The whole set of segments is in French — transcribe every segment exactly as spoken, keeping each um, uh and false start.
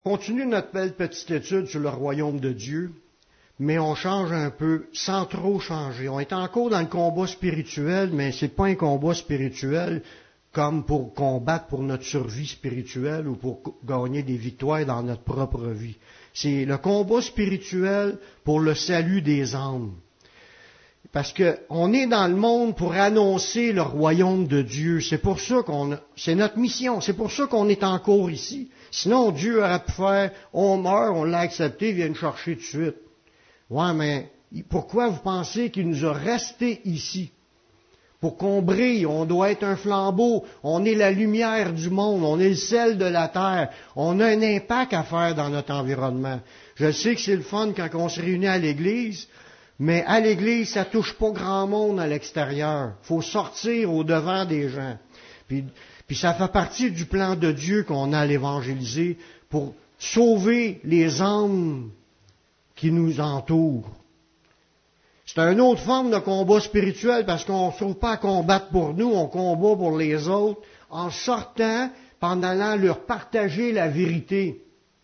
continue notre belle petite étude sur le royaume de Dieu, mais on change un peu sans trop changer. On est encore dans le combat spirituel, mais c'est pas un combat spirituel comme pour combattre pour notre survie spirituelle ou pour gagner des victoires dans notre propre vie. C'est le combat spirituel pour le salut des âmes. Parce que on est dans le monde pour annoncer le royaume de Dieu. C'est pour ça qu'on, c'est notre mission. C'est pour ça qu'on est encore ici. Sinon, Dieu aurait pu faire, on meurt, on l'a accepté, il vient nous chercher tout de suite. Ouais, mais pourquoi vous pensez qu'il nous a restés ici? Pour qu'on brille, on doit être un flambeau. On est la lumière du monde. On est le sel de la terre. On a un impact à faire dans notre environnement. Je sais que c'est le fun quand on se réunit à l'église. Mais à l'Église, ça touche pas grand monde à l'extérieur. Il faut sortir au-devant des gens. Puis, puis ça fait partie du plan de Dieu qu'on a à l'évangéliser pour sauver les âmes qui nous entourent. C'est une autre forme de combat spirituel parce qu'on ne se trouve pas à combattre pour nous, on combat pour les autres en sortant, en allant leur partager la vérité.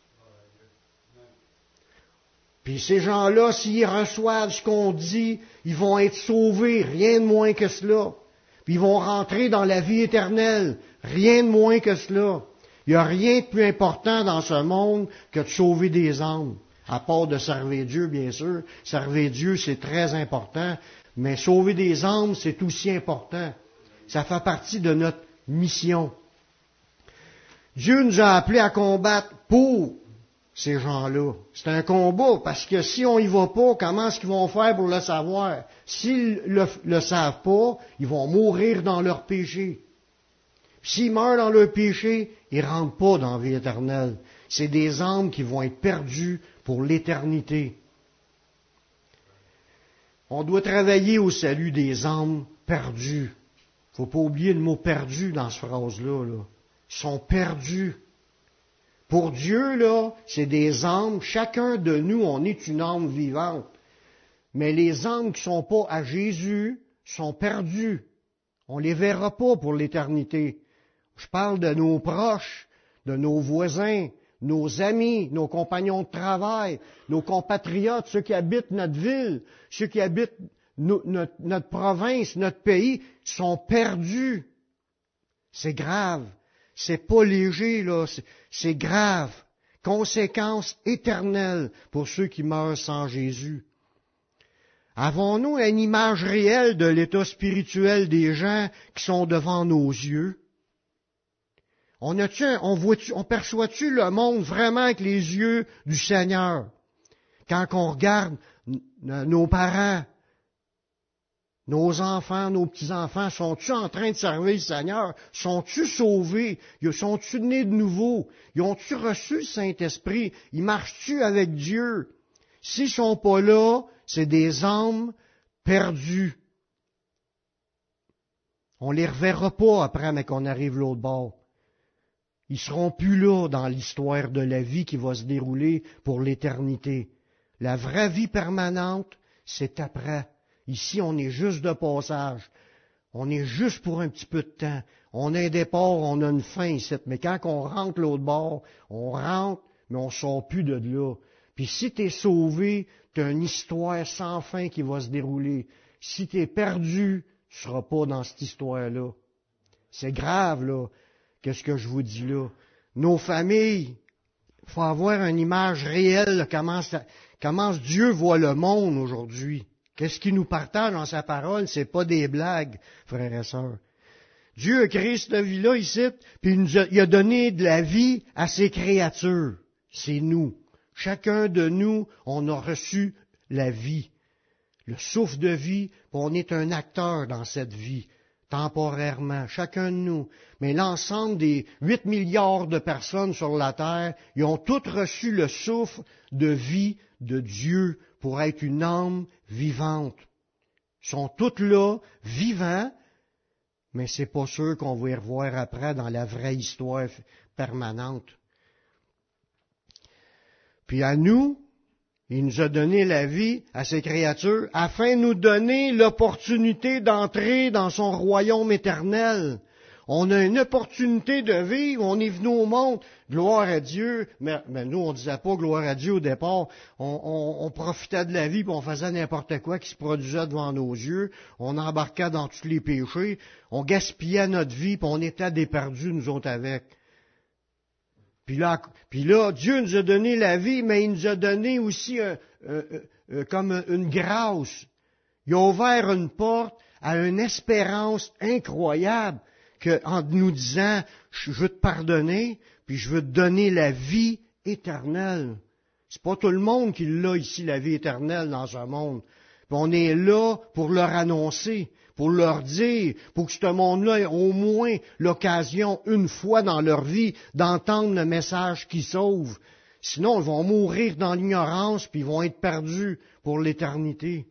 Puis ces gens-là, s'ils reçoivent ce qu'on dit, ils vont être sauvés, rien de moins que cela. Puis ils vont rentrer dans la vie éternelle, rien de moins que cela. Il n'y a rien de plus important dans ce monde que de sauver des âmes. À part de servir Dieu, bien sûr. Servir Dieu, c'est très important. Mais sauver des âmes, c'est aussi important. Ça fait partie de notre mission. Dieu nous a appelés à combattre pour ces gens-là. C'est un combat, parce que si on y va pas, comment est-ce qu'ils vont faire pour le savoir? S'ils le, le savent pas, ils vont mourir dans leur péché. S'ils meurent dans leur péché, ils rentrent pas dans la vie éternelle. C'est des âmes qui vont être perdues pour l'éternité. On doit travailler au salut des âmes perdues. Faut pas oublier le mot perdu dans cette phrase-là, là. Ils sont perdus. Pour Dieu, là, c'est des âmes. Chacun de nous, on est une âme vivante. Mais les âmes qui ne sont pas à Jésus sont perdues. On ne les verra pas pour l'éternité. Je parle de nos proches, de nos voisins, nos amis, nos compagnons de travail, nos compatriotes, ceux qui habitent notre ville, ceux qui habitent no, notre, notre province, notre pays, sont perdus. C'est grave. C'est pas léger, là. C'est, c'est grave. Conséquences éternelles pour ceux qui meurent sans Jésus. Avons-nous une image réelle de l'état spirituel des gens qui sont devant nos yeux? On a-tu, on voit-tu, on perçoit-tu le monde vraiment avec les yeux du Seigneur? Quand on regarde nos parents, nos enfants, nos petits-enfants, sont-ils en train de servir le Seigneur? Sont-ils sauvés? Sont-ils nés de nouveau? Ils ont-ils reçu le Saint-Esprit? Ils marchent-tu avec Dieu? S'ils ne sont pas là, c'est des âmes perdues. On ne les reverra pas après, mais qu'on arrive l'autre bord. Ils ne seront plus là dans l'histoire de la vie qui va se dérouler pour l'éternité. La vraie vie permanente, c'est après. Ici, on est juste de passage. On est juste pour un petit peu de temps. On a un départ, on a une fin ici. Mais quand on rentre l'autre bord, on rentre, mais on ne sort plus de là. Puis si tu es sauvé, tu as une histoire sans fin qui va se dérouler. Si tu es perdu, tu ne seras pas dans cette histoire-là. C'est grave, là, qu'est-ce que je vous dis là. Nos familles, il faut avoir une image réelle de comment, ça, comment Dieu voit le monde aujourd'hui. Qu'est-ce qu'il nous partage dans sa parole? C'est pas des blagues, frères et sœurs. Dieu a créé cette vie-là ici, puis il nous a, il a donné de la vie à ses créatures. C'est nous. Chacun de nous, on a reçu la vie, le souffle de vie, puis on est un acteur dans cette vie, temporairement, chacun de nous. Mais l'ensemble des huit milliards de personnes sur la terre, ils ont tous reçu le souffle de vie de Dieu pour être une âme vivante. Ils sont tous là, vivants, mais c'est pas sûr qu'on va y revoir après dans la vraie histoire permanente. Puis à nous, il nous a donné la vie à ces créatures afin de nous donner l'opportunité d'entrer dans son royaume éternel. On a une opportunité de vivre, on est venu au monde, gloire à Dieu, mais, mais nous on disait pas gloire à Dieu au départ, on, on, on profitait de la vie, puis on faisait n'importe quoi qui se produisait devant nos yeux, on embarquait dans tous les péchés, on gaspillait notre vie, puis on était des perdus nous autres avec. Puis là, puis là, Dieu nous a donné la vie, mais il nous a donné aussi un, un, un, comme une grâce. Il a ouvert une porte à une espérance incroyable que, en nous disant, je veux te pardonner, puis je veux te donner la vie éternelle. C'est pas tout le monde qui l'a ici, la vie éternelle dans ce monde. Puis on est là pour leur annoncer, pour leur dire, pour que ce monde-là ait au moins l'occasion, une fois dans leur vie, d'entendre le message qui sauve. Sinon, ils vont mourir dans l'ignorance, puis ils vont être perdus pour l'éternité.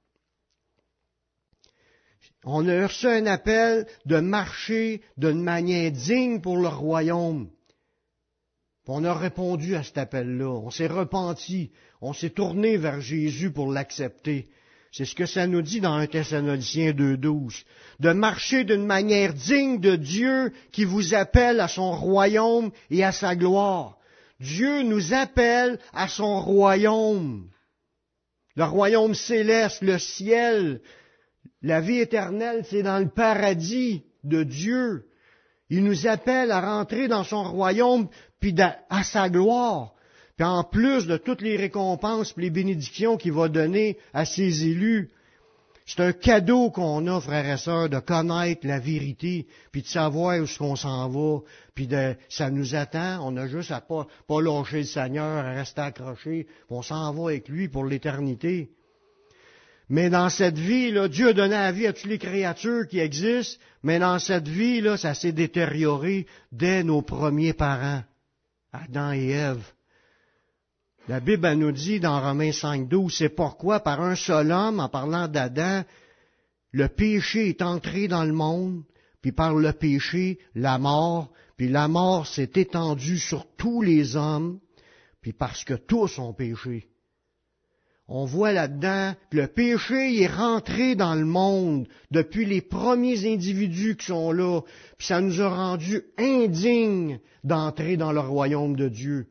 On a reçu un appel de marcher d'une manière digne pour le royaume. On a répondu à cet appel-là. On s'est repenti. On s'est tourné vers Jésus pour l'accepter. C'est ce que ça nous dit dans un Thessaloniciens deux douze. De marcher d'une manière digne de Dieu qui vous appelle à son royaume et à sa gloire. Dieu nous appelle à son royaume. Le royaume céleste, le ciel. La vie éternelle, c'est dans le paradis de Dieu. Il nous appelle à rentrer dans son royaume, puis à sa gloire. Puis en plus de toutes les récompenses et les bénédictions qu'il va donner à ses élus, c'est un cadeau qu'on a, frères et sœurs, de connaître la vérité, puis de savoir où est-ce qu'on s'en va, puis de, ça nous attend. On a juste à pas, pas lâcher le Seigneur, à rester accroché, puis on s'en va avec lui pour l'éternité. Mais dans cette vie, là, Dieu a donné la vie à toutes les créatures qui existent, mais dans cette vie, là, ça s'est détérioré dès nos premiers parents, Adam et Ève. La Bible elle nous dit dans Romains cinq douze, c'est pourquoi par un seul homme, en parlant d'Adam, le péché est entré dans le monde, puis par le péché, la mort, puis la mort s'est étendue sur tous les hommes, puis parce que tous ont péché. On voit là-dedans que le péché est rentré dans le monde depuis les premiers individus qui sont là, puis ça nous a rendus indignes d'entrer dans le royaume de Dieu.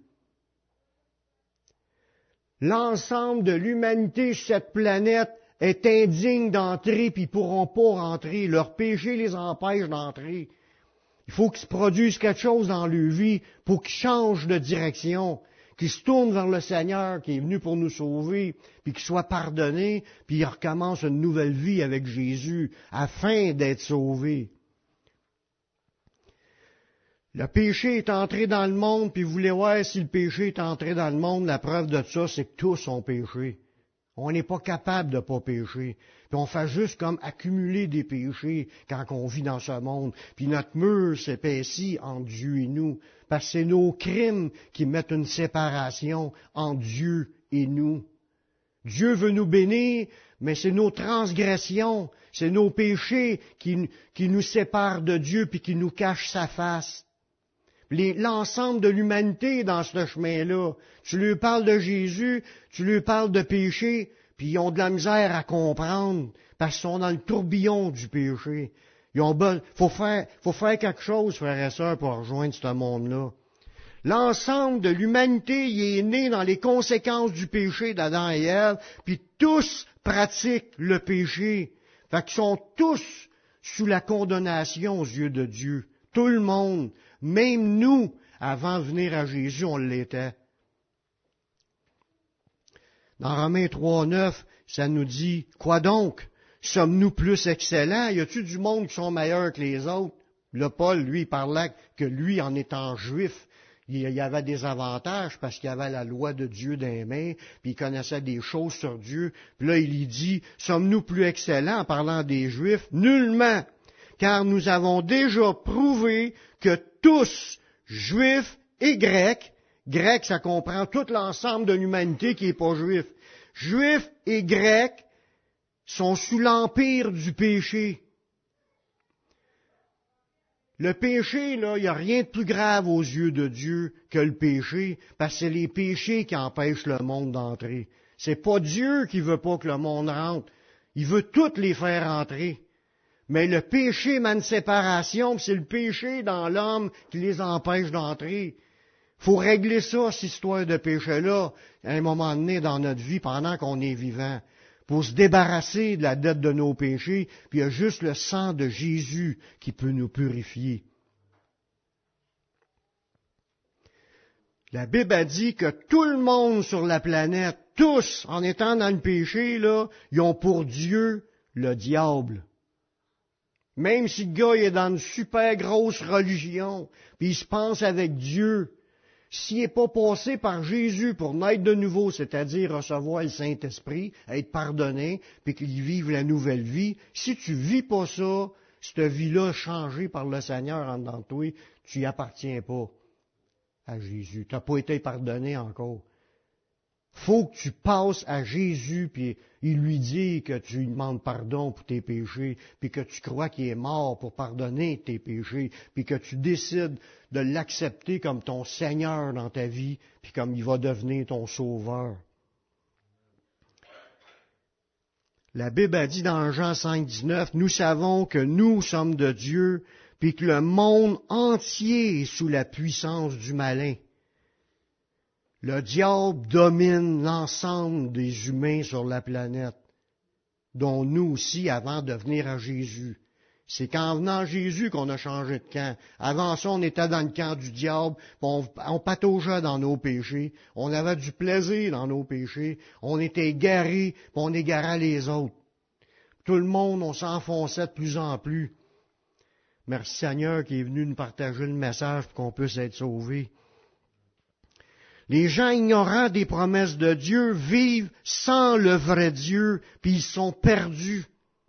L'ensemble de l'humanité sur cette planète est indigne d'entrer, puis ils ne pourront pas rentrer. Leur péché les empêche d'entrer. Il faut qu'ils se produisent quelque chose dans leur vie pour qu'ils changent de direction, qu'ils se tournent vers le Seigneur qui est venu pour nous sauver, puis qu'ils soient pardonnés, puis ils recommencent une nouvelle vie avec Jésus afin d'être sauvés. Le péché est entré dans le monde, puis vous voulez voir si le péché est entré dans le monde, la preuve de ça, c'est que tous ont péché. On n'est pas capable de ne pas pécher. Puis on fait juste comme accumuler des péchés quand on vit dans ce monde. Puis notre mur s'épaissit entre Dieu et nous. Parce que c'est nos crimes qui mettent une séparation entre Dieu et nous. Dieu veut nous bénir, mais c'est nos transgressions, c'est nos péchés qui, qui nous séparent de Dieu puis qui nous cachent sa face. Les, l'ensemble de l'humanité est dans ce chemin-là. Tu lui parles de Jésus, tu lui parles de péché, puis ils ont de la misère à comprendre, parce qu'ils sont dans le tourbillon du péché. Ils ont be- faut faire, faut faire quelque chose, frères et sœurs, pour rejoindre ce monde-là. L'ensemble de l'humanité y est né dans les conséquences du péché d'Adam et Ève, puis tous pratiquent le péché. Fait qu'ils sont tous sous la condamnation aux yeux de Dieu. Tout le monde. Même nous, avant de venir à Jésus, on l'était. Dans Romains trois neuf, ça nous dit, quoi donc? Sommes-nous plus excellents? Y a-t-il du monde qui sont meilleurs que les autres? Là, Paul, lui, parlait que lui, en étant juif, il y avait des avantages parce qu'il y avait la loi de Dieu dans les mains, puis il connaissait des choses sur Dieu. Puis là, il y dit, sommes-nous plus excellents en parlant des Juifs? Nullement, car nous avons déjà prouvé que tous, Juifs et Grecs, Grecs, ça comprend tout l'ensemble de l'humanité qui n'est pas juif, Juifs et Grecs sont sous l'empire du péché. Le péché, là, il n'y a rien de plus grave aux yeux de Dieu que le péché, parce que c'est les péchés qui empêchent le monde d'entrer. C'est pas Dieu qui veut pas que le monde rentre. Il veut toutes les faire entrer. Mais le péché mène séparation, puis c'est le péché dans l'homme qui les empêche d'entrer. Faut régler ça, cette histoire de péché-là, à un moment donné dans notre vie, pendant qu'on est vivant. Pour se débarrasser de la dette de nos péchés, puis il y a juste le sang de Jésus qui peut nous purifier. La Bible a dit que tout le monde sur la planète, tous, en étant dans le péché, là, ils ont pour Dieu le diable. Même si le gars il est dans une super grosse religion, puis il se pense avec Dieu, s'il n'est pas passé par Jésus pour naître de nouveau, c'est-à-dire recevoir le Saint-Esprit, être pardonné, puis qu'il vive la nouvelle vie, si tu vis pas ça, cette vie-là changée par le Seigneur en dedans de toi, tu n'y appartiens pas à Jésus. Tu n'as pas été pardonné encore. Faut que tu passes à Jésus, puis il lui dit que tu lui demandes pardon pour tes péchés, puis que tu crois qu'il est mort pour pardonner tes péchés, puis que tu décides de l'accepter comme ton Seigneur dans ta vie, puis comme il va devenir ton Sauveur. La Bible a dit dans Jean cinq, dix-neuf, « Nous savons que nous sommes de Dieu, puis que le monde entier est sous la puissance du malin. » Le diable domine l'ensemble des humains sur la planète, dont nous aussi avant de venir à Jésus. C'est qu'en venant à Jésus qu'on a changé de camp. Avant ça, on était dans le camp du diable, on, on pataugeait dans nos péchés, on avait du plaisir dans nos péchés, on était égarés, puis on égarait les autres. Tout le monde, on s'enfonçait de plus en plus. Merci Seigneur qui est venu nous partager le message pour qu'on puisse être sauvés. Les gens ignorants des promesses de Dieu vivent sans le vrai Dieu, puis ils sont perdus.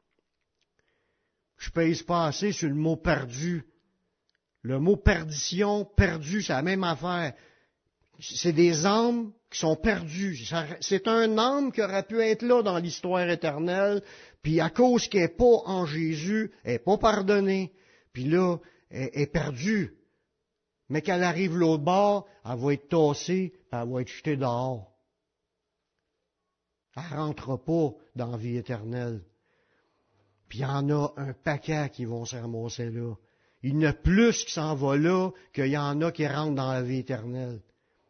Je pèse pas assez sur le mot perdu. Le mot perdition, perdu, c'est la même affaire. C'est des âmes qui sont perdues. C'est un âme qui aurait pu être là dans l'histoire éternelle, puis à cause qu'elle n'est pas en Jésus, elle n'est pas pardonnée, puis là, elle est perdue. Mais quand elle arrive l'autre bord, elle va être tassée, elle va être jetée dehors. Elle ne rentrera pas dans la vie éternelle. Puis il y en a un paquet qui vont se ramasser là. Il y en a plus qui s'en va là qu'il y en a qui rentrent dans la vie éternelle.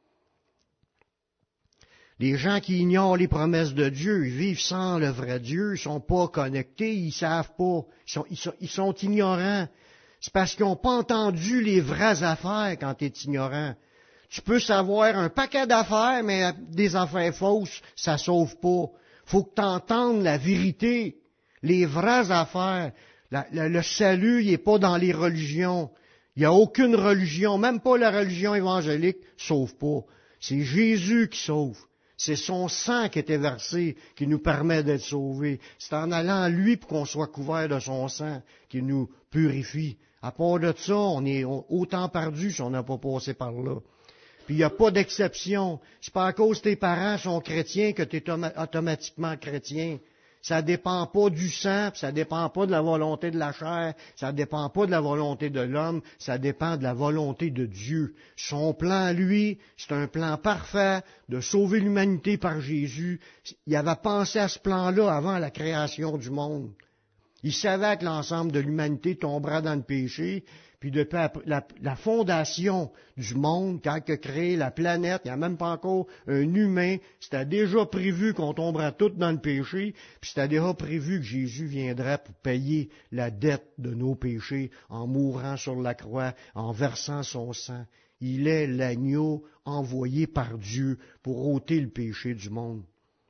Les gens qui ignorent les promesses de Dieu, ils vivent sans le vrai Dieu, ils ne sont pas connectés, ils ne savent pas, ils sont, ils sont, ils sont ignorants. C'est parce qu'ils n'ont pas entendu les vraies affaires quand tu es ignorant. Tu peux savoir un paquet d'affaires, mais des affaires fausses, ça ne sauve pas. Faut que tu entendes la vérité, les vraies affaires. La, la, le salut, il n'est pas dans les religions. Il n'y a aucune religion, même pas la religion évangélique, sauve pas. C'est Jésus qui sauve. C'est son sang qui était versé qui nous permet d'être sauvés. C'est en allant à lui pour qu'on soit couvert de son sang qui nous purifie. À part de ça, on est autant perdu si on n'a pas passé par là. Puis il n'y a pas d'exception. C'est pas à cause que tes parents sont chrétiens que tu es automatiquement chrétien. Ça dépend pas du sang, puis ça dépend pas de la volonté de la chair, ça dépend pas de la volonté de l'homme, ça dépend de la volonté de Dieu. Son plan, lui, c'est un plan parfait de sauver l'humanité par Jésus. Il avait pensé à ce plan-là avant la création du monde. Il savait que l'ensemble de l'humanité tombera dans le péché, puis depuis la, la, la fondation du monde, quand il a créé la planète, il n'y a même pas encore un humain, c'était déjà prévu qu'on tomberait tous dans le péché, puis c'était déjà prévu que Jésus viendrait pour payer la dette de nos péchés en mourant sur la croix, en versant son sang. Il est l'agneau envoyé par Dieu pour ôter le péché du monde.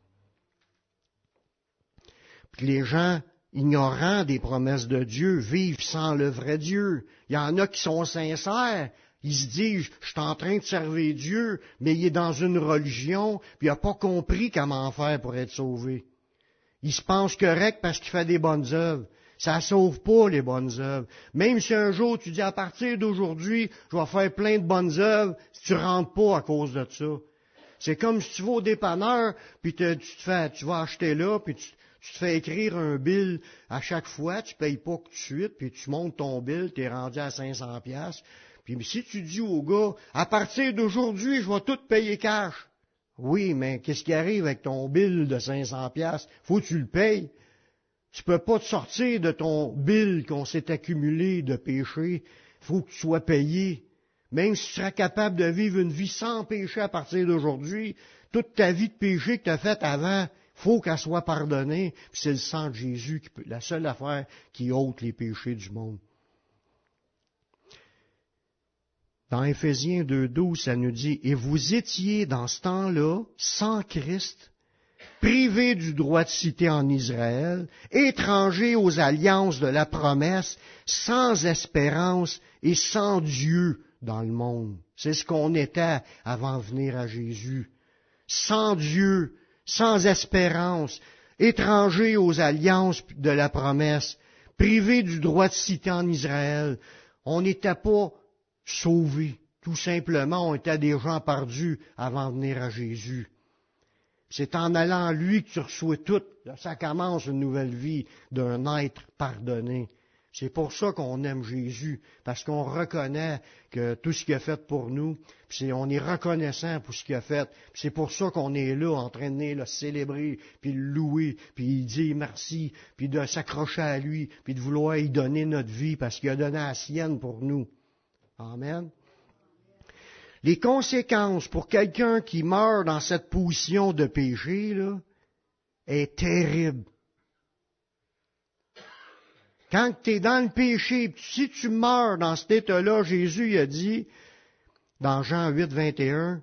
Puis les gens ignorants des promesses de Dieu, vivent sans le vrai Dieu. Il y en a qui sont sincères. Ils se disent, je suis en train de servir Dieu, mais il est dans une religion, puis il n'a pas compris comment faire pour être sauvé. Il se pense correct parce qu'il fait des bonnes œuvres. Ça ne sauve pas les bonnes œuvres. Même si un jour tu dis, à partir d'aujourd'hui, je vais faire plein de bonnes œuvres, si tu ne rentres pas à cause de ça. C'est comme si tu vas au dépanneur, puis te, tu, te fais, tu vas acheter là, puis tu Tu te fais écrire un bill à chaque fois, tu ne payes pas tout de suite, puis tu montes ton bill, tu es rendu à cinq cents piastres. Puis si tu dis au gars, à partir d'aujourd'hui, je vais tout payer cash. Oui, mais qu'est-ce qui arrive avec ton bill de cinq cents piastres? Faut que tu le payes. Tu peux pas te sortir de ton bill qu'on s'est accumulé de péché. Il faut que tu sois payé. Même si tu seras capable de vivre une vie sans péché à partir d'aujourd'hui, toute ta vie de péché que tu as faite avant, il faut qu'elle soit pardonnée. Puis c'est le sang de Jésus, qui peut, la seule affaire qui ôte les péchés du monde. Dans Éphésiens deux douze, ça nous dit, « Et vous étiez dans ce temps-là, sans Christ, privés du droit de cité en Israël, étrangers aux alliances de la promesse, sans espérance et sans Dieu dans le monde. » C'est ce qu'on était avant de venir à Jésus. Sans Dieu, sans espérance, étrangers aux alliances de la promesse, privés du droit de cité en Israël. On n'était pas sauvés. Tout simplement, on était des gens perdus avant de venir à Jésus. C'est en allant à lui que tu reçois tout. Ça commence une nouvelle vie d'un être pardonné. C'est pour ça qu'on aime Jésus, parce qu'on reconnaît que tout ce qu'il a fait pour nous, puis on est reconnaissant pour ce qu'il a fait. Puis c'est pour ça qu'on est là, en train de le célébrer, puis le louer, puis dire merci, puis de s'accrocher à lui, puis de vouloir y donner notre vie, parce qu'il a donné la sienne pour nous. Amen. Les conséquences pour quelqu'un qui meurt dans cette position de péché, là, est terrible. Quand tu es dans le péché, si tu meurs dans cet état-là, Jésus il a dit, dans Jean huit, vingt et un,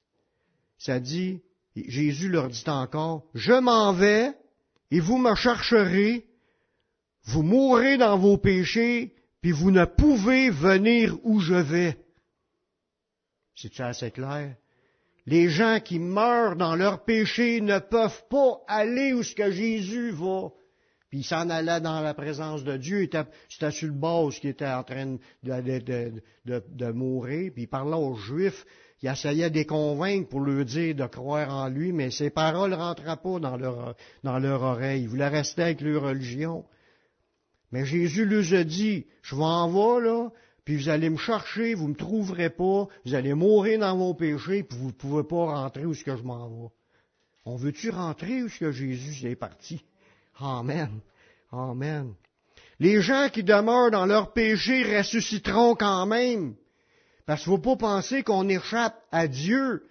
ça dit, Jésus leur dit encore, « Je m'en vais, et vous me chercherez, vous mourrez dans vos péchés, puis vous ne pouvez venir où je vais. » C'est-tu assez clair? Les gens qui meurent dans leur péché ne peuvent pas aller où ce que Jésus va. Puis il s'en allait dans la présence de Dieu, c'était sur le bas qui était en train de, de, de, de, de mourir, puis il parlait aux Juifs, il essayait de les convaincre pour leur dire de croire en lui, mais ses paroles ne rentraient pas dans leur, dans leur oreille, ils voulaient rester avec leur religion. Mais Jésus leur a dit, je m'en vais là, puis vous allez me chercher, vous ne me trouverez pas, vous allez mourir dans vos péchés, puis vous ne pouvez pas rentrer où ce que je m'en vais. On veut-tu rentrer où ce que Jésus est parti? Amen. Amen. Les gens qui demeurent dans leur péché ressusciteront quand même. Parce qu'il ne faut pas penser qu'on échappe à Dieu.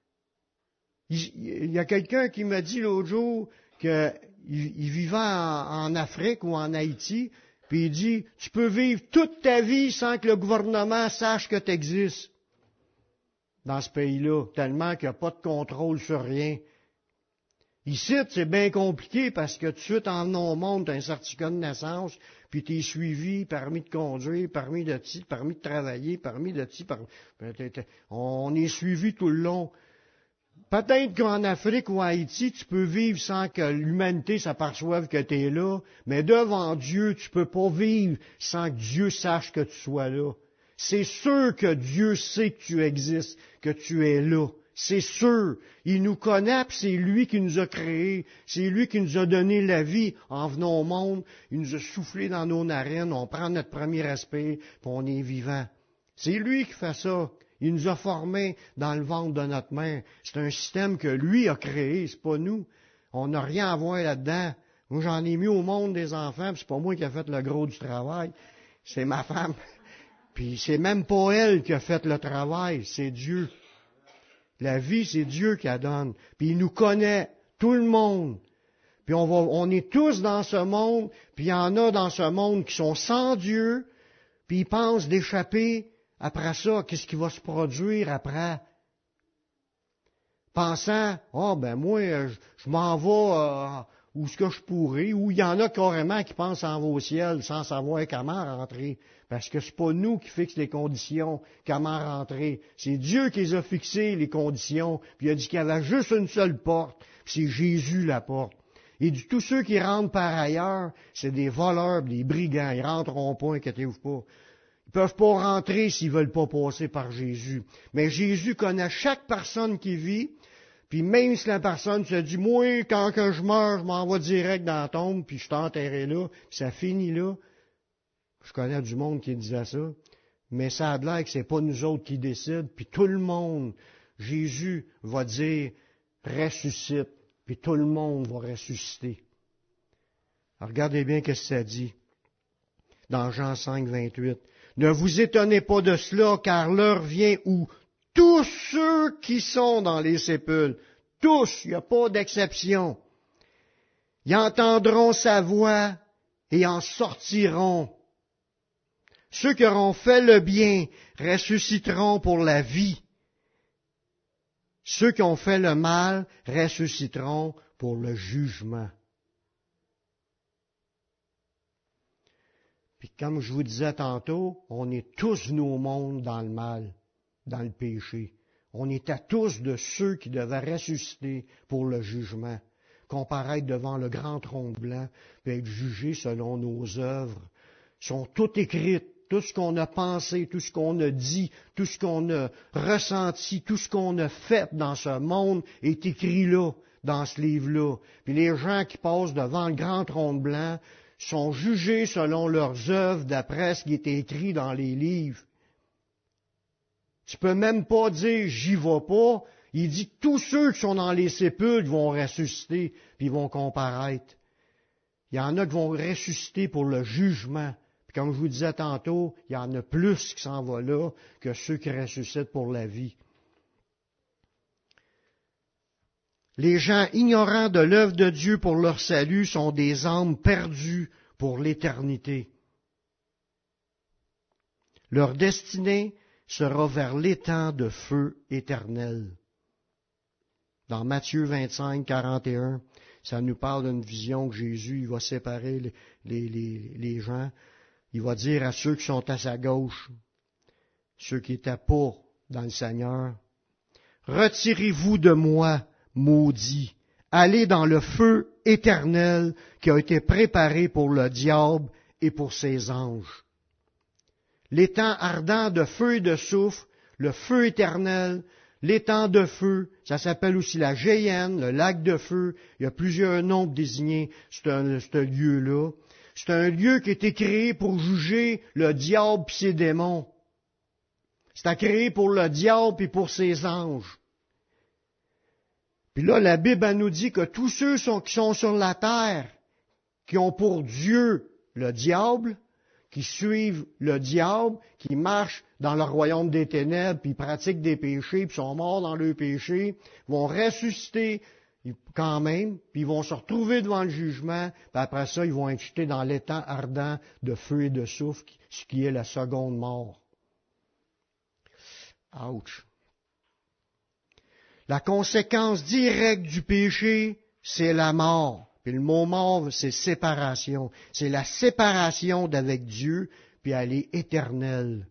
Il y a quelqu'un qui m'a dit l'autre jour qu'il vivait en, en Afrique ou en Haïti, puis il dit, tu peux vivre toute ta vie sans que le gouvernement sache que tu existes dans ce pays-là, tellement qu'il n'y a pas de contrôle sur rien. Ici, c'est bien compliqué parce que tout de suite, en venant au monde, tu as un certificat de naissance, puis tu es suivi, permis de conduire, permis de ci, permis de travailler, permis de ci, permis... on est suivi tout le long. Peut-être qu'en Afrique ou en Haïti, tu peux vivre sans que l'humanité s'aperçoive que tu es là, mais devant Dieu, tu peux pas vivre sans que Dieu sache que tu sois là. C'est sûr que Dieu sait que tu existes, que tu es là. C'est sûr. Il nous connaît, puis c'est lui qui nous a créés. C'est lui qui nous a donné la vie en venant au monde. Il nous a soufflé dans nos narines, on prend notre premier respect, puis on est vivant. C'est lui qui fait ça. Il nous a formés dans le ventre de notre mère. C'est un système que lui a créé, c'est pas nous. On n'a rien à voir là-dedans. Moi, j'en ai mis au monde des enfants, puis c'est pas moi qui a fait le gros du travail. C'est ma femme. Puis c'est même pas elle qui a fait le travail, c'est Dieu. La vie, c'est Dieu qui la donne. Puis il nous connaît, tout le monde. Puis on va, on est tous dans ce monde, puis il y en a dans ce monde qui sont sans Dieu, puis ils pensent d'échapper. Après ça, qu'est-ce qui va se produire après? Pensant, oh ben moi, je, je m'en vais euh, où ce que je pourrais, ou il y en a carrément qui pensent en va au ciel sans savoir comment rentrer. Parce que c'est pas nous qui fixons les conditions, comment rentrer. C'est Dieu qui les a fixées, les conditions, puis il a dit qu'il y avait juste une seule porte, puis c'est Jésus la porte. Et de tous ceux qui rentrent par ailleurs, c'est des voleurs, des brigands, ils rentreront pas, inquiétez-vous pas. Ils peuvent pas rentrer s'ils veulent pas passer par Jésus. Mais Jésus connaît chaque personne qui vit, puis même si la personne se dit, moi, quand que je meurs, je m'en vais direct dans la tombe, puis je suis enterré là, puis ça finit là. Je connais du monde qui disait ça, mais ça a l'air que c'est pas nous autres qui décident, puis tout le monde, Jésus va dire, ressuscite, puis tout le monde va ressusciter. Regardez bien ce que ça dit dans Jean cinq, vingt-huit. Ne vous étonnez pas de cela, car l'heure vient où tous ceux qui sont dans les sépulcres, tous, il n'y a pas d'exception, ils entendront sa voix et en sortiront. Ceux qui auront fait le bien ressusciteront pour la vie. Ceux qui ont fait le mal ressusciteront pour le jugement. Puis comme je vous disais tantôt, on est tous nous au monde dans le mal, dans le péché. On est à tous de ceux qui devaient ressusciter pour le jugement, comparaître devant le grand trône blanc, puis être jugés selon nos œuvres. Sont toutes écrites, tout ce qu'on a pensé, tout ce qu'on a dit, tout ce qu'on a ressenti, tout ce qu'on a fait dans ce monde est écrit là, dans ce livre-là. Puis les gens qui passent devant le grand trône blanc sont jugés selon leurs œuvres d'après ce qui est écrit dans les livres. Tu peux même pas dire « j'y vais pas ». Il dit « tous ceux qui sont dans les sépulcres vont ressusciter, puis ils vont comparaître ». Il y en a qui vont ressusciter pour le jugement. Puis comme je vous disais tantôt, il y en a plus qui s'en vont là que ceux qui ressuscitent pour la vie. Les gens ignorants de l'œuvre de Dieu pour leur salut sont des âmes perdues pour l'éternité. Leur destinée sera vers l'étang de feu éternel. Dans Matthieu vingt-cinq, quarante et un, ça nous parle d'une vision que Jésus il va séparer les, les, les, les gens. Il va dire à ceux qui sont à sa gauche, ceux qui n'étaient pas dans le Seigneur, « Retirez-vous de moi, maudits, allez dans le feu éternel qui a été préparé pour le diable et pour ses anges. » L'étang ardent de feu et de soufre, le feu éternel, l'étang de feu, ça s'appelle aussi la Géhenne, le lac de feu, il y a plusieurs noms désignés ce lieu-là. C'est un lieu qui a été créé pour juger le diable et ses démons. C'était créé pour le diable et pour ses anges. Puis là, la Bible elle nous dit que tous ceux sont, qui sont sur la terre, qui ont pour Dieu le diable, qui suivent le diable, qui marchent dans le royaume des ténèbres, puis pratiquent des péchés, puis sont morts dans leurs péchés, vont ressusciter quand même, puis ils vont se retrouver devant le jugement, puis après ça, ils vont être jetés dans l'étang ardent de feu et de soufre, ce qui est la seconde mort. Ouch! La conséquence directe du péché, c'est la mort. Puis le mot mort, c'est séparation. C'est la séparation d'avec Dieu, puis elle est éternelle.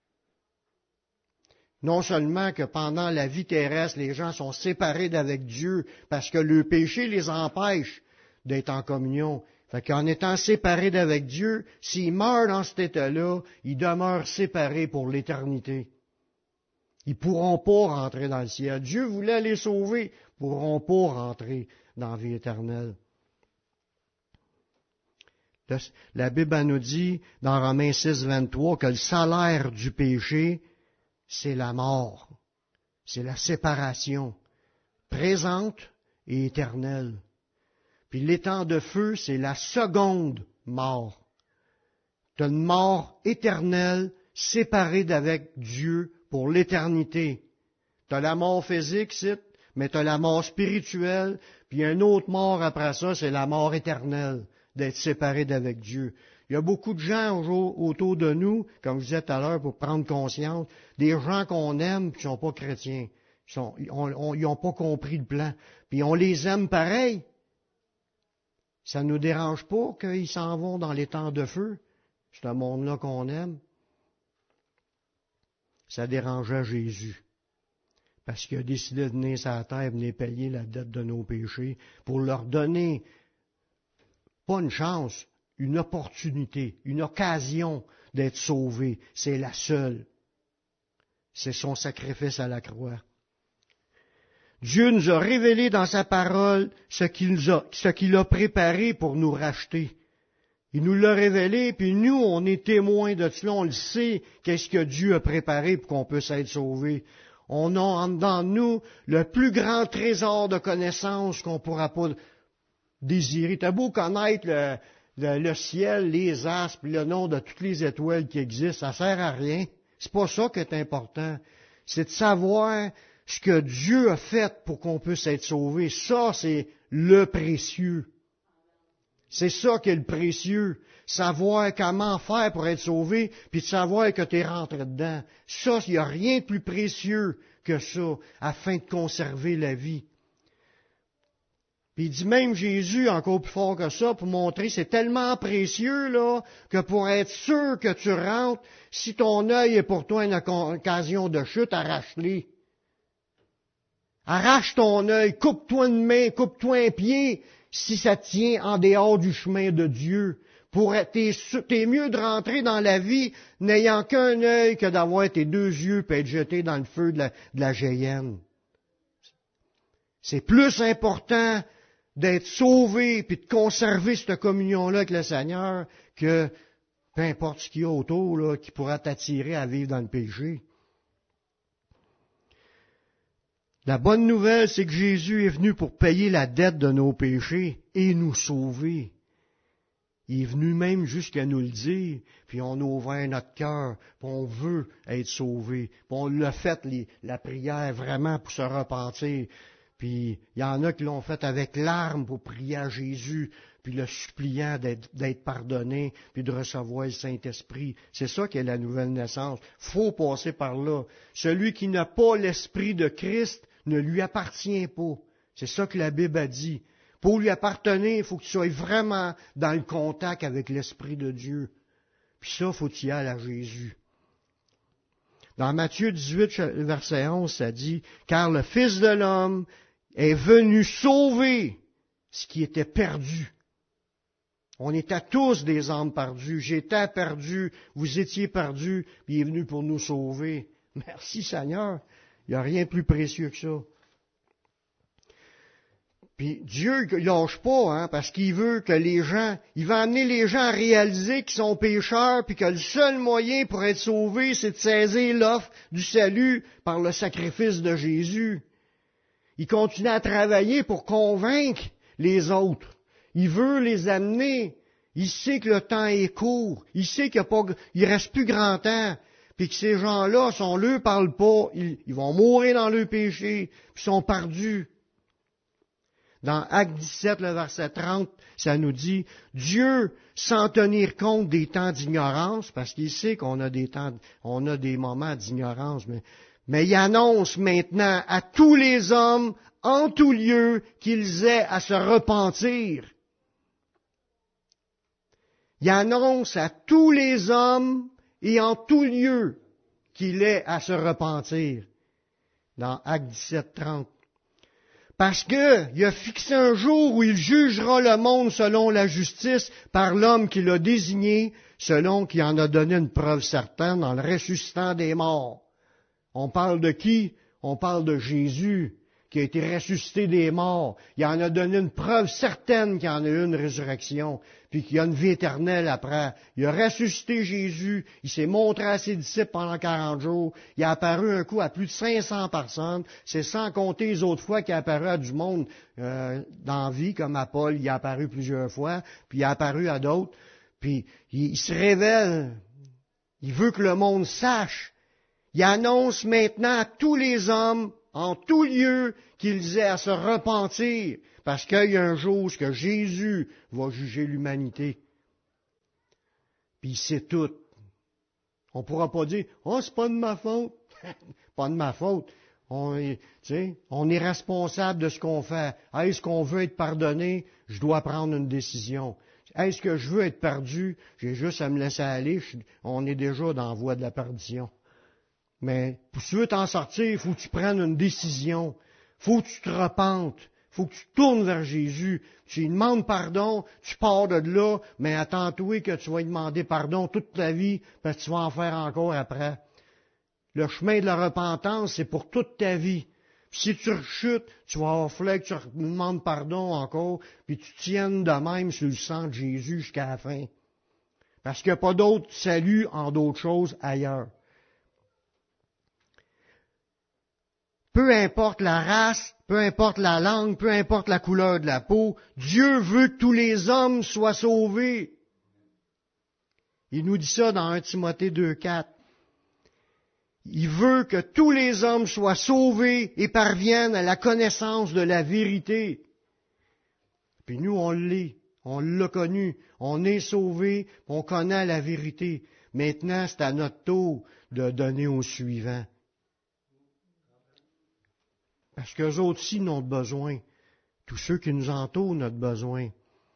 Non seulement que pendant la vie terrestre, les gens sont séparés d'avec Dieu parce que le péché les empêche d'être en communion. Fait qu'en étant séparés d'avec Dieu, s'ils meurent dans cet état-là, ils demeurent séparés pour l'éternité. Ils ne pourront pas rentrer dans le ciel. Dieu voulait les sauver, ils ne pourront pas rentrer dans la vie éternelle. La Bible nous dit dans Romains six, vingt-trois que le salaire du péché, c'est la mort. C'est la séparation présente et éternelle. Puis l'étang de feu, c'est la seconde mort. Tu as une mort éternelle séparée d'avec Dieu pour l'éternité. Tu as la mort physique, c'est, mais tu as la mort spirituelle, puis une autre mort après ça, c'est la mort éternelle, d'être séparé d'avec Dieu. Il y a beaucoup de gens autour de nous, comme je disais tout à l'heure, pour prendre conscience, des gens qu'on aime qui ne sont pas chrétiens. Ils n'ont pas compris le plan. Puis on les aime pareil. Ça ne nous dérange pas qu'ils s'en vont dans les temps de feu. C'est un monde-là qu'on aime. Ça dérangeait Jésus. Parce qu'il a décidé de venir sur la terre, venir payer la dette de nos péchés, pour leur donner, pas une chance, une opportunité, une occasion d'être sauvés. C'est la seule. C'est son sacrifice à la croix. Dieu nous a révélé dans sa parole ce qu'il a, ce qu'il a préparé pour nous racheter. Il nous l'a révélé, puis nous, on est témoins de cela, on le sait, qu'est-ce que Dieu a préparé pour qu'on puisse être sauvé. On a en dedans de nous le plus grand trésor de connaissances qu'on ne pourra pas désirer. T'as beau connaître le, le, le ciel, les astres, puis le nom de toutes les étoiles qui existent, ça sert à rien. C'est pas ça qui est important. C'est de savoir ce que Dieu a fait pour qu'on puisse être sauvé. Ça, c'est le précieux. C'est ça qui est le précieux. Savoir comment faire pour être sauvé, puis de savoir que tu es rentré dedans. Ça, il n'y a rien de plus précieux que ça, afin de conserver la vie. Puis il dit même Jésus, encore plus fort que ça, pour montrer, c'est tellement précieux, là, que pour être sûr que tu rentres, si ton œil est pour toi une occasion de chute, arrache-les. Arrache ton œil, coupe-toi une main, coupe-toi un pied, si ça tient en dehors du chemin de Dieu. Pour être, t'es, t'es mieux de rentrer dans la vie n'ayant qu'un œil que d'avoir tes deux yeux et être jeté dans le feu de la, de la géhenne. C'est plus important d'être sauvé puis de conserver cette communion-là avec le Seigneur que peu importe ce qu'il y a autour là, qui pourra t'attirer à vivre dans le péché. La bonne nouvelle, c'est que Jésus est venu pour payer la dette de nos péchés et nous sauver. Il est venu même jusqu'à nous le dire, puis on a ouvert notre cœur, puis on veut être sauvé. Puis on l'a fait, les, la prière, vraiment pour se repentir. Puis il y en a qui l'ont fait avec larmes pour prier à Jésus, puis le suppliant d'être, d'être pardonné, puis de recevoir le Saint-Esprit. C'est ça qui est la nouvelle naissance. Faut passer par là. Celui qui n'a pas l'Esprit de Christ ne lui appartient pas. C'est ça que la Bible a dit. Pour lui appartenir, il faut que tu sois vraiment dans le contact avec l'Esprit de Dieu. Puis ça, il faut que tu y ailles à Jésus. Dans Matthieu dix-huit, verset onze, ça dit, « Car le Fils de l'homme est venu sauver ce qui était perdu. » On était tous des âmes perdues. J'étais perdu, vous étiez perdus, puis il est venu pour nous sauver. Merci Seigneur. Il n'y a rien de plus précieux que ça. Puis Dieu ne lâche pas, hein, parce qu'il veut que les gens, il va amener les gens à réaliser qu'ils sont pécheurs, puis que le seul moyen pour être sauvés, c'est de saisir l'offre du salut par le sacrifice de Jésus. Il continue à travailler pour convaincre les autres. Il veut les amener. Il sait que le temps est court. Il sait qu'il ne reste plus grand temps. Puis que ces gens-là, si on ne leur parle pas, ils, ils vont mourir dans leur péché, puis sont perdus. Dans Actes dix-sept, le verset trente, ça nous dit, Dieu, sans tenir compte des temps d'ignorance, parce qu'il sait qu'on a des temps, on a des moments d'ignorance, mais, mais il annonce maintenant à tous les hommes, en tout lieu, qu'ils aient à se repentir. Il annonce à tous les hommes et en tout lieu qu'il est à se repentir. Dans Actes dix-sept, trente. Parce qu'il a fixé un jour où il jugera le monde selon la justice par l'homme qu'il a désigné, selon qu'il en a donné une preuve certaine en le ressuscitant des morts. On parle de qui? On parle de Jésus, qui a été ressuscité des morts. Il en a donné une preuve certaine qu'il y en a eu une résurrection, puis qu'il y a une vie éternelle après. Il a ressuscité Jésus, il s'est montré à ses disciples pendant quarante jours, il a apparu un coup à plus de cinq cents personnes, c'est sans compter les autres fois qu'il a apparu à du monde euh, dans la vie, comme à Paul, il a apparu plusieurs fois, puis il a apparu à d'autres, puis il, il se révèle, il veut que le monde sache. Il annonce maintenant à tous les hommes, en tout lieu, qu'ils aient à se repentir, parce qu'il y a un jour où Jésus va juger l'humanité. Puis il sait tout. On ne pourra pas dire, « Oh, c'est pas de ma faute. » Pas de ma faute. On est, tu sais, on est responsable de ce qu'on fait. Est-ce qu'on veut être pardonné? Je dois prendre une décision. Est-ce que je veux être perdu? J'ai juste à me laisser aller. Je, on est déjà dans la voie de la perdition. Mais pour si tu veux t'en sortir, il faut que tu prennes une décision. Il faut que tu te repentes. Il faut que tu tournes vers Jésus. Tu lui demandes pardon, tu pars de là, mais attends-toi que tu vas lui demander pardon toute ta vie, parce que tu vas en faire encore après. Le chemin de la repentance, c'est pour toute ta vie. Puis si tu rechutes, tu vas avoir fallu que tu demandes pardon encore, puis tu tiennes de même sur le sang de Jésus jusqu'à la fin. Parce qu'il n'y a pas d'autre salut en d'autres choses ailleurs. peu importe la race, peu importe la langue, peu importe la couleur de la peau, Dieu veut que tous les hommes soient sauvés. Il nous dit ça dans un Timothée deux, quatre. Il veut que tous les hommes soient sauvés et parviennent à la connaissance de la vérité. Puis nous, on l'est, on l'a connu, on est sauvés, on connaît la vérité. Maintenant, c'est à notre tour de donner au suivant. Parce qu'eux autres aussi n'ont besoin. Tous ceux qui nous entourent ont besoin.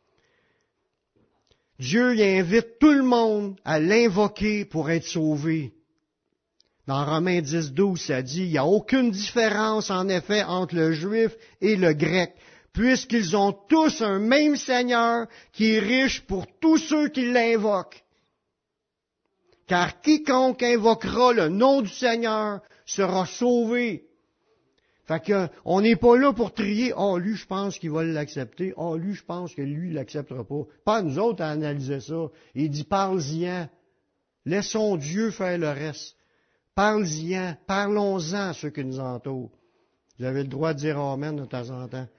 Dieu y invite tout le monde à l'invoquer pour être sauvé. Dans Romains dix, douze, ça dit, il n'y a aucune différence en effet entre le juif et le grec, puisqu'ils ont tous un même Seigneur qui est riche pour tous ceux qui l'invoquent. Car quiconque invoquera le nom du Seigneur sera sauvé. Fait que, on n'est pas là pour trier, oh, lui, je pense qu'il va l'accepter, oh, lui, je pense que lui, il l'acceptera pas. Pas à nous autres à analyser ça. Il dit, parle-y-en. Laissons Dieu faire le reste. Parle-y-en. Parlons-en à ceux qui nous entourent. Vous avez le droit de dire amen de temps en temps.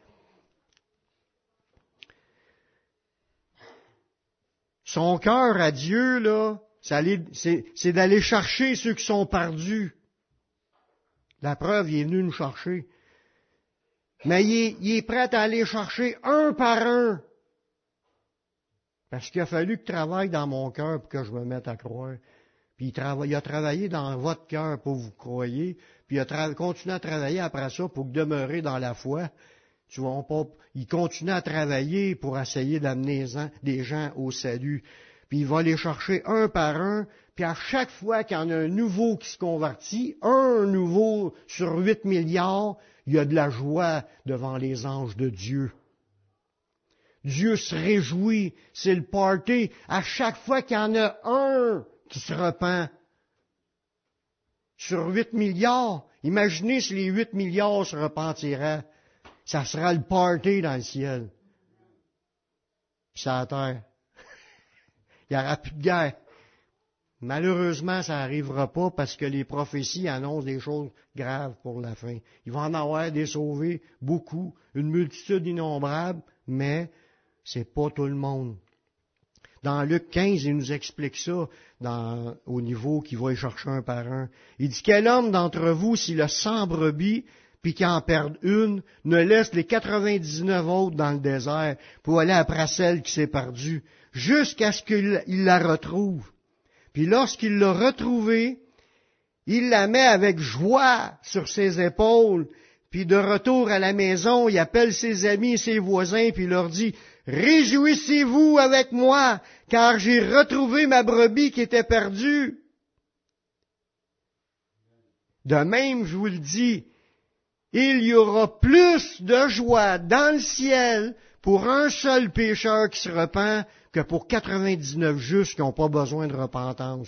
Son cœur à Dieu, là, c'est, c'est d'aller chercher ceux qui sont perdus. La preuve, il est venu nous chercher. Mais il est, il est prêt à aller chercher un par un. Parce qu'il a fallu que je travaille dans mon cœur pour que je me mette à croire. Puis il, travaille, il a travaillé dans votre cœur pour que vous croyez. Puis il a tra- continué à travailler après ça pour que demeurer dans la foi. Tu vois, pas, il continue à travailler pour essayer d'amener des gens au salut. Puis il va les chercher un par un. Puis à chaque fois qu'il y en a un nouveau qui se convertit, un nouveau sur huit milliards, il y a de la joie devant les anges de Dieu. Dieu se réjouit, c'est le party. À chaque fois qu'il y en a un qui se repent, sur huit milliards, imaginez si les huit milliards se repentiraient, ça sera le party dans le ciel. Puis sur la terre. Il n'y aura plus de guerre. Malheureusement, ça n'arrivera pas parce que les prophéties annoncent des choses graves pour la fin. Il va en avoir des sauvés, beaucoup, une multitude innombrable, mais c'est pas tout le monde. Dans Luc quinze, il nous explique ça dans, au niveau qu'il va y chercher un par un. Il dit, quel homme d'entre vous, s'il a cent brebis, puis qu'il en perde une, ne laisse les quatre-vingt-dix-neuf autres dans le désert pour aller après celle qui s'est perdue, jusqu'à ce qu'il il la retrouve. Puis lorsqu'il l'a retrouvée, il la met avec joie sur ses épaules, puis de retour à la maison, il appelle ses amis et ses voisins, puis il leur dit, « Réjouissez-vous avec moi, car j'ai retrouvé ma brebis qui était perdue. » De même, je vous le dis, il y aura plus de joie dans le ciel pour un seul pécheur qui se repent que pour quatre-vingt-dix-neuf justes qui n'ont pas besoin de repentance.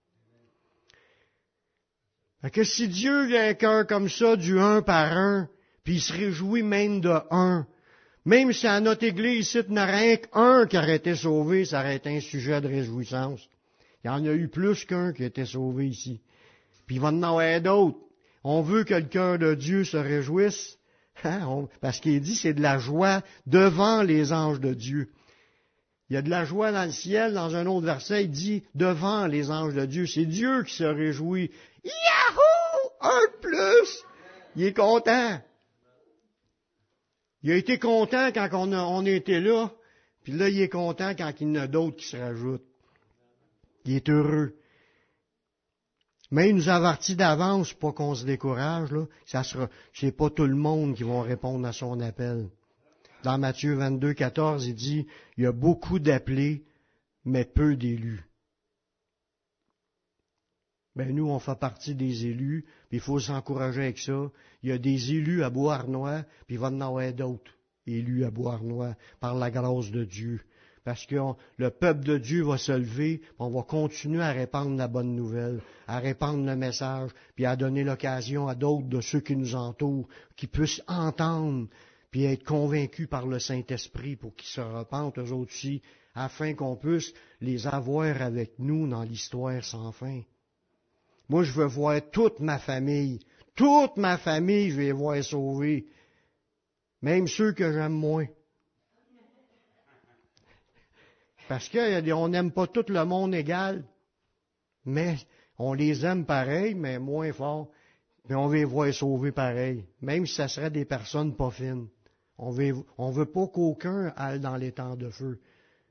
Fait que si Dieu a un cœur comme ça, du un par un, puis il se réjouit même de un, même si à notre Église, ici, il n'y en a rien qu'un qui aurait été sauvé, ça aurait été un sujet de réjouissance. Il y en a eu plus qu'un qui a été sauvé ici. Puis il va en avoir d'autres. On veut que le cœur de Dieu se réjouisse, hein, on, parce qu'il dit c'est de la joie devant les anges de Dieu. Il y a de la joie dans le ciel, dans un autre verset, il dit devant les anges de Dieu. C'est Dieu qui se réjouit. Yahoo! Un de plus! Il est content. Il a été content quand on, a, on était là, puis là, il est content quand il y en a d'autres qui se rajoutent. Il est heureux. Mais il nous avertit d'avance pour qu'on se décourage, là. Ça sera, c'est pas tout le monde qui va répondre à son appel. Dans Matthieu vingt-deux, quatorze, il dit, il y a beaucoup d'appelés, mais peu d'élus. Ben, nous, on fait partie des élus, puis il faut s'encourager avec ça. Il y a des élus à Beauharnois, puis il va y en avoir d'autres élus à Beauharnois, par la grâce de Dieu. Parce que on, le peuple de Dieu va se lever, puis on va continuer à répandre la bonne nouvelle, à répandre le message, puis à donner l'occasion à d'autres de ceux qui nous entourent, qui puissent entendre, puis être convaincus par le Saint-Esprit pour qu'ils se repentent eux autres aussi, afin qu'on puisse les avoir avec nous dans l'histoire sans fin. Moi, je veux voir toute ma famille, Toute ma famille, je vais les voir sauver. Même ceux que j'aime moins. Parce qu'on n'aime pas tout le monde égal. Mais on les aime pareil, mais moins fort. Mais on veut les voir sauver pareil. Même si ça serait des personnes pas fines. On veut, on veut pas qu'aucun aille dans les temps de feu.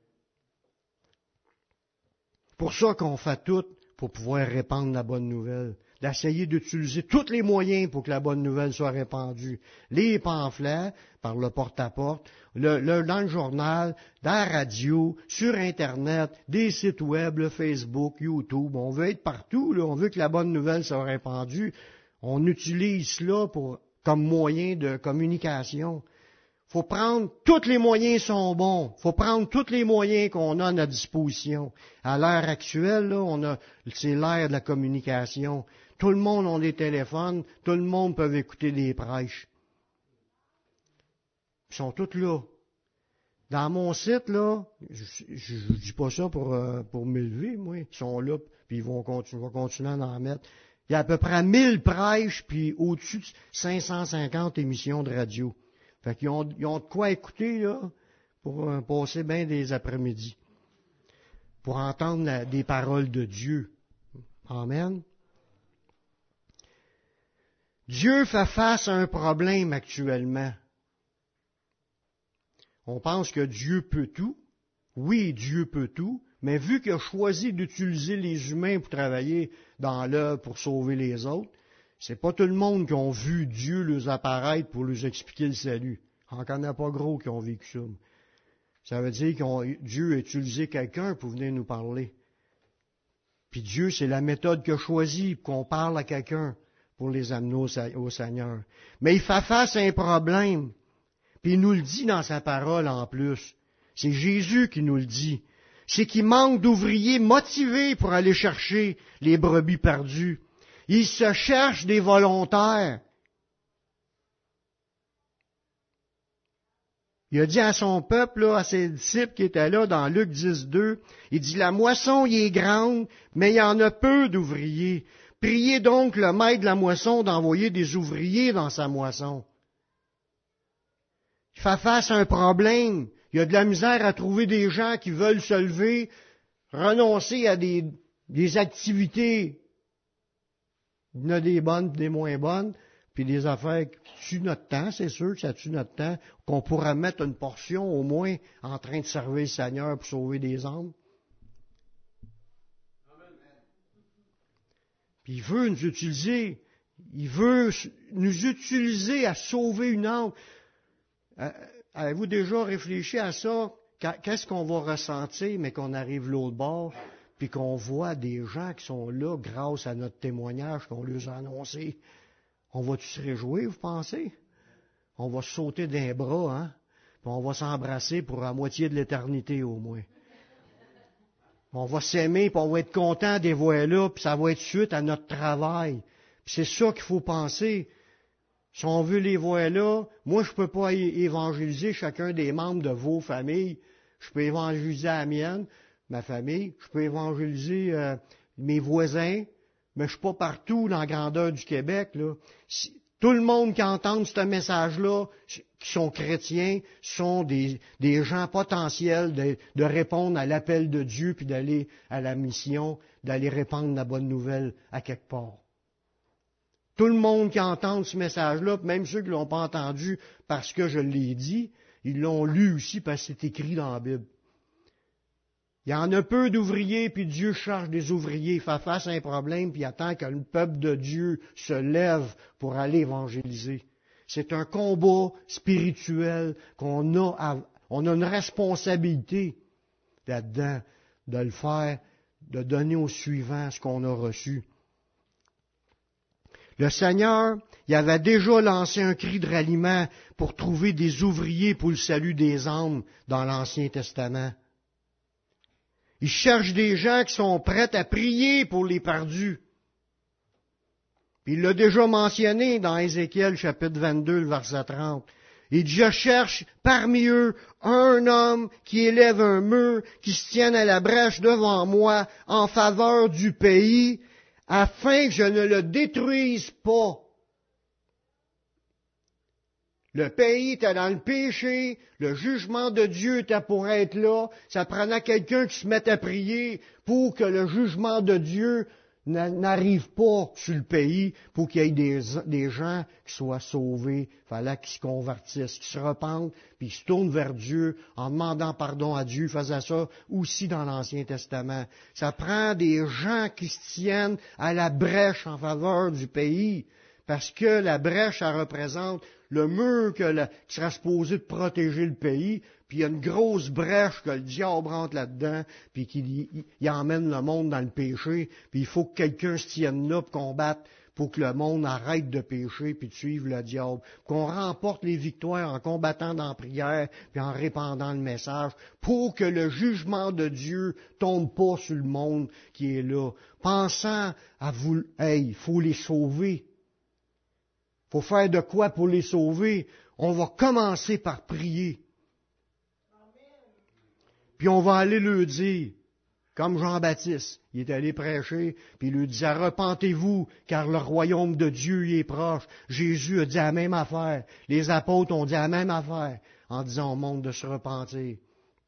Pour ça qu'on fait tout pour pouvoir répandre la bonne nouvelle. D'essayer d'utiliser tous les moyens pour que la bonne nouvelle soit répandue. Les pamphlets, par le porte-à-porte, le, le, dans le journal, dans la radio, sur Internet, des sites web, le Facebook, YouTube. On veut être partout, là. On veut que la bonne nouvelle soit répandue. On utilise cela pour, comme moyen de communication. Faut prendre, tous les moyens sont bons. Faut prendre tous les moyens qu'on a à notre disposition. À l'heure actuelle, là, on a, c'est l'ère de la communication. Tout le monde a des téléphones, tout le monde peut écouter des prêches. Ils sont tous là. Dans mon site, là, je ne dis pas ça pour, euh, pour m'élever, moi. Ils sont là, puis ils vont continuer, vont continuer à en mettre. Il y a à peu près mille prêches, puis au-dessus de cinq cent cinquante émissions de radio. Fait qu'ils ont, ils ont de quoi écouter, là, pour euh, passer bien des après-midi. Pour entendre la, des paroles de Dieu. Amen. Dieu fait face à un problème actuellement. On pense que Dieu peut tout. Oui, Dieu peut tout. Mais vu qu'il a choisi d'utiliser les humains pour travailler dans l'œuvre pour sauver les autres, c'est pas tout le monde qui a vu Dieu leur apparaître pour leur expliquer le salut. On n'en connaît pas gros qui ont vécu ça. Ça veut dire que Dieu a utilisé quelqu'un pour venir nous parler. Puis Dieu, c'est la méthode qu'il a choisie pour qu'on parle à quelqu'un pour les amener au Seigneur. Mais il fait face à un problème. Puis il nous le dit dans sa parole en plus. C'est Jésus qui nous le dit. C'est qu'il manque d'ouvriers motivés pour aller chercher les brebis perdues. Il se cherche des volontaires. Il a dit à son peuple, là, à ses disciples qui étaient là dans Luc dix, deux, il dit, la moisson y est grande, mais il y en a peu d'ouvriers. Priez donc le maître de la moisson d'envoyer des ouvriers dans sa moisson. Il fait face à un problème. Il y a de la misère à trouver des gens qui veulent se lever, renoncer à des, des activités. Il y en a des bonnes et des moins bonnes, puis des affaires qui tuent notre temps, c'est sûr que ça tue notre temps, qu'on pourra mettre une portion au moins en train de servir le Seigneur pour sauver des âmes. Puis il veut nous utiliser, il veut nous utiliser à sauver une âme. Euh, avez-vous déjà réfléchi à ça? Qu'est-ce qu'on va ressentir, mais qu'on arrive l'autre bord, puis qu'on voit des gens qui sont là grâce à notre témoignage qu'on leur a annoncé? On va-tu se réjouir, vous pensez? On va se sauter d'un bras, hein? Puis on va s'embrasser pour la moitié de l'éternité au moins. On va s'aimer, puis on va être content des voix là, puis ça va être suite à notre travail. Puis c'est ça qu'il faut penser. Si on veut les voir là, moi je ne peux pas évangéliser chacun des membres de vos familles. Je peux évangéliser la mienne, ma famille. Je peux évangéliser euh, mes voisins, mais je ne suis pas partout dans la grandeur du Québec, là. Si, tout le monde qui entend ce message-là, qui sont chrétiens, sont des, des gens potentiels de, de répondre à l'appel de Dieu, puis d'aller à la mission, d'aller répandre la bonne nouvelle à quelque part. Tout le monde qui entend ce message-là, même ceux qui ne l'ont pas entendu parce que je l'ai dit, ils l'ont lu aussi parce que c'est écrit dans la Bible. Il y en a peu d'ouvriers, puis Dieu cherche des ouvriers. Il fait face à un problème, puis il attend que le peuple de Dieu se lève pour aller évangéliser. C'est un combat spirituel qu'on a, à, on a une responsabilité là-dedans de le faire, de donner au suivant ce qu'on a reçu. Le Seigneur, il avait déjà lancé un cri de ralliement pour trouver des ouvriers pour le salut des âmes dans l'Ancien Testament. Il cherche des gens qui sont prêts à prier pour les perdus. Puis il l'a déjà mentionné dans Ézéchiel chapitre vingt-deux, le verset trente. Il dit, je cherche parmi eux un homme qui élève un mur, qui se tienne à la brèche devant moi en faveur du pays, afin que je ne le détruise pas. Le pays était dans le péché, le jugement de Dieu était pour être là. Ça prenait quelqu'un qui se mette à prier pour que le jugement de Dieu n'arrive pas sur le pays, pour qu'il y ait des, des gens qui soient sauvés. Il fallait qu'ils se convertissent, qu'ils se repentent, puis qu'ils se tournent vers Dieu en demandant pardon à Dieu. Il faisait ça aussi dans l'Ancien Testament. Ça prend des gens qui se tiennent à la brèche en faveur du pays, parce que la brèche, ça représente le mur que la, qui sera supposé de protéger le pays, puis il y a une grosse brèche que le diable rentre là-dedans, puis qu'il il, il emmène le monde dans le péché, puis il faut que quelqu'un se tienne là pour combattre, pour que le monde arrête de pécher, puis de suivre le diable, qu'on remporte les victoires en combattant dans la prière, puis en répandant le message, pour que le jugement de Dieu tombe pas sur le monde qui est là, pensant à vous, hey, il faut les sauver. Il faut faire de quoi pour les sauver? On va commencer par prier. Puis on va aller leur dire, comme Jean-Baptiste, il est allé prêcher, puis il leur disait, repentez-vous, car le royaume de Dieu y est proche. Jésus a dit la même affaire. Les apôtres ont dit la même affaire, en disant au monde de se repentir.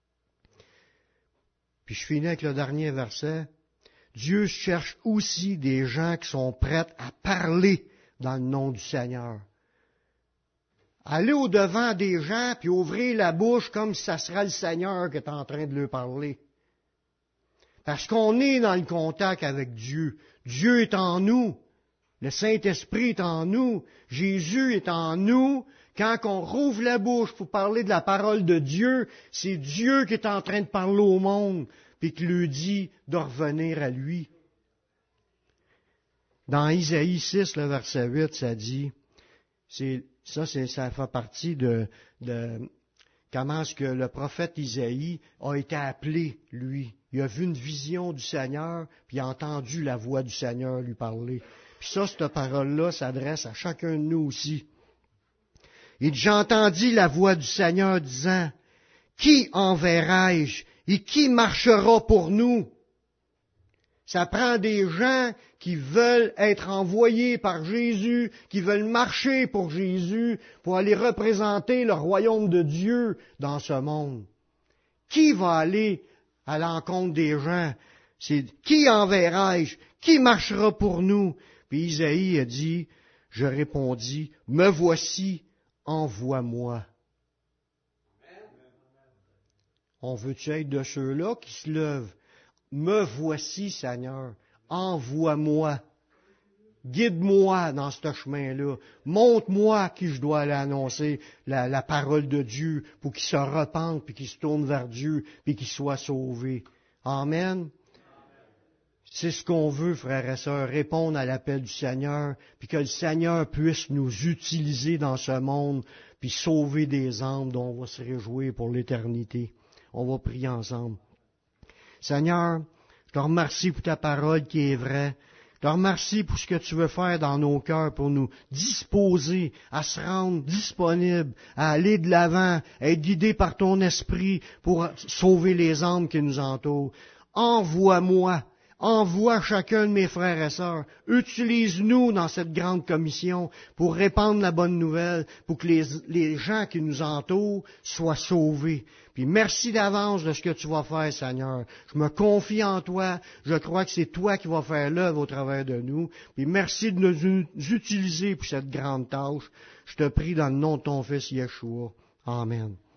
Puis je finis avec le dernier verset. Dieu cherche aussi des gens qui sont prêts à parler dans le nom du Seigneur. Aller au-devant des gens, puis ouvrir la bouche comme si ça serait le Seigneur qui est en train de leur parler. Parce qu'on est dans le contact avec Dieu. Dieu est en nous. Le Saint-Esprit est en nous. Jésus est en nous. Quand on rouvre la bouche pour parler de la parole de Dieu, c'est Dieu qui est en train de parler au monde, puis qui lui dit de revenir à lui. Dans Isaïe six, le verset huit, ça dit, c'est, ça, c'est, ça fait partie de, de comment est-ce que le prophète Isaïe a été appelé, lui. Il a vu une vision du Seigneur, puis il a entendu la voix du Seigneur lui parler. Puis ça, cette parole-là s'adresse à chacun de nous aussi. Il dit, j'entendis la voix du Seigneur disant, qui enverrai-je et qui marchera pour nous? Ça prend des gens qui veulent être envoyés par Jésus, qui veulent marcher pour Jésus, pour aller représenter le royaume de Dieu dans ce monde. Qui va aller à l'encontre des gens? C'est qui enverrai-je? Qui marchera pour nous? Puis Isaïe a dit, je répondis, me voici, envoie-moi. On veut-tu être de ceux-là qui se lèvent? Me voici, Seigneur, envoie-moi, guide-moi dans ce chemin-là, montre-moi à qui je dois aller annoncer la, la parole de Dieu pour qu'il se repente, puis qu'il se tourne vers Dieu, puis qu'il soit sauvé. Amen. C'est ce qu'on veut, frères et sœurs, répondre à l'appel du Seigneur, puis que le Seigneur puisse nous utiliser dans ce monde, puis sauver des âmes dont on va se réjouir pour l'éternité. On va prier ensemble. Seigneur, je te remercie pour ta parole qui est vraie. Je te remercie pour ce que tu veux faire dans nos cœurs, pour nous disposer à se rendre disponibles, à aller de l'avant, à être guidés par ton esprit pour sauver les âmes qui nous entourent. Envoie-moi. Envoie chacun de mes frères et sœurs. Utilise-nous dans cette grande commission pour répandre la bonne nouvelle, pour que les, les gens qui nous entourent soient sauvés. Puis merci d'avance de ce que tu vas faire, Seigneur. Je me confie en toi. Je crois que c'est toi qui vas faire l'œuvre au travers de nous. Puis merci de nous utiliser pour cette grande tâche. Je te prie dans le nom de ton Fils Yeshua. Amen.